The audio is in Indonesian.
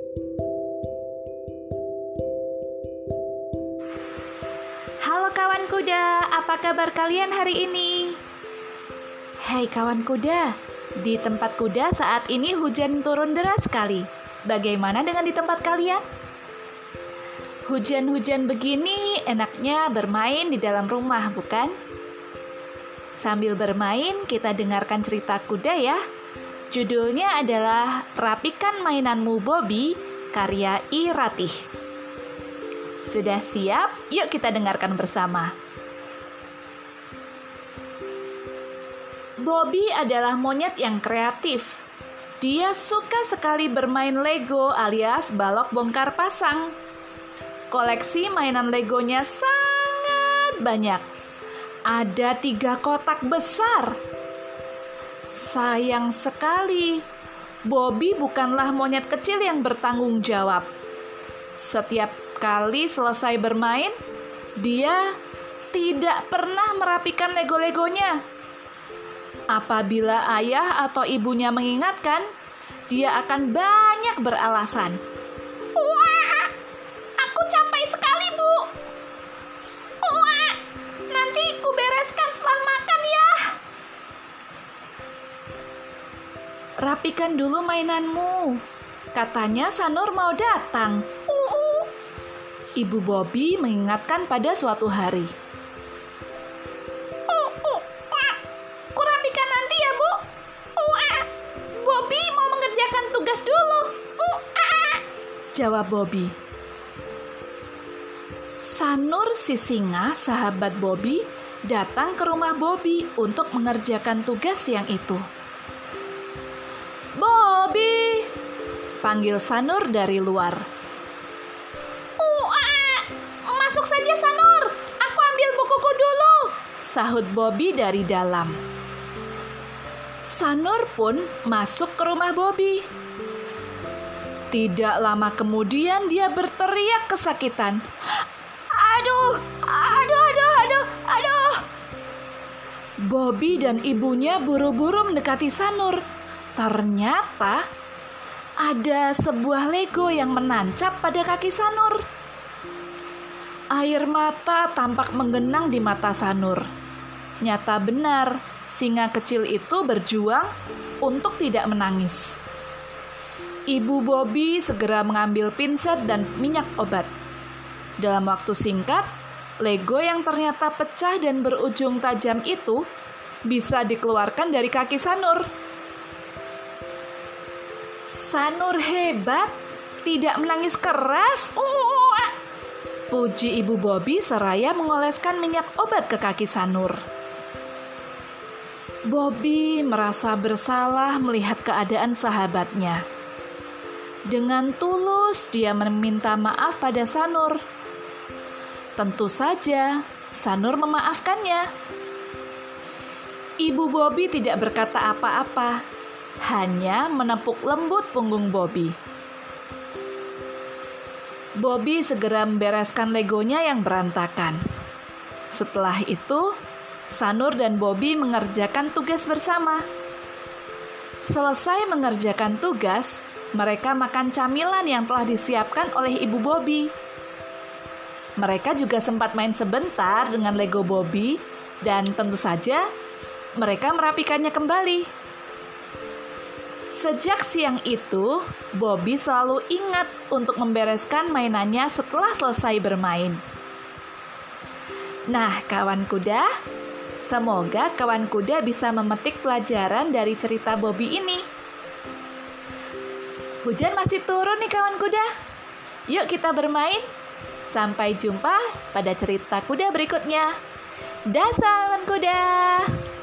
Halo kawan kuda, apa kabar kalian hari ini? Hai kawan kuda, di tempat kuda saat ini hujan turun deras sekali. Bagaimana dengan di tempat kalian? Hujan-hujan begini enaknya bermain di dalam rumah, bukan? Sambil bermain, kita dengarkan cerita kuda ya. Judulnya adalah Rapikan Mainanmu Bobby, karya I. Ratih. Sudah siap? Yuk kita dengarkan bersama. Bobby adalah monyet yang kreatif. Dia suka sekali bermain Lego alias balok bongkar pasang. Koleksi mainan Legonya sangat banyak. Ada 3 kotak besar. Sayang sekali, Bobby bukanlah monyet kecil yang bertanggung jawab. Setiap kali selesai bermain, dia tidak pernah merapikan Lego-legonya. Apabila ayah atau ibunya mengingatkan, dia akan banyak beralasan. Wah, aku capek sekali, Bu. Wah, nanti ku bereskan setelah makan ya. Rapikan dulu mainanmu. Katanya Sanur mau datang. Ibu Bobby mengingatkan pada suatu hari. Ku rapikan nanti ya, Bu. Bobby mau mengerjakan tugas dulu. Jawab Bobby. Sanur si singa, sahabat Bobby, datang ke rumah Bobby untuk mengerjakan tugas siang itu. Bobby, panggil Sanur dari luar. Masuk saja Sanur, aku ambil bukuku dulu, sahut Bobby dari dalam. Sanur pun masuk ke rumah Bobby. Tidak lama kemudian dia berteriak kesakitan. Aduh. Bobby dan ibunya buru-buru mendekati Sanur. Ternyata ada sebuah Lego yang menancap pada kaki Sanur. Air mata tampak menggenang di mata Sanur. Nyata benar, singa kecil itu berjuang untuk tidak menangis. Ibu Bobby segera mengambil pinset dan minyak obat. Dalam waktu singkat, Lego yang ternyata pecah dan berujung tajam itu bisa dikeluarkan dari kaki Sanur. Sanur hebat, tidak menangis keras. Puji Ibu Bobby seraya mengoleskan minyak obat ke kaki Sanur. Bobby merasa bersalah melihat keadaan sahabatnya. Dengan tulus dia meminta maaf pada Sanur. Tentu saja Sanur memaafkannya. Ibu Bobby tidak berkata apa-apa, hanya menepuk lembut punggung Bobby. Bobby segera membereskan Legonya yang berantakan. Setelah itu, Sanur dan Bobby mengerjakan tugas bersama. Selesai mengerjakan tugas, mereka makan camilan yang telah disiapkan oleh Ibu Bobby. Mereka juga sempat main sebentar dengan Lego Bobby dan tentu saja mereka merapikannya kembali. Sejak siang itu, Bobby selalu ingat untuk membereskan mainannya setelah selesai bermain. Nah, kawan kuda, semoga kawan kuda bisa memetik pelajaran dari cerita Bobby ini. Hujan masih turun nih kawan kuda. Yuk kita bermain. Sampai jumpa pada cerita kuda berikutnya. Dah kawan kuda.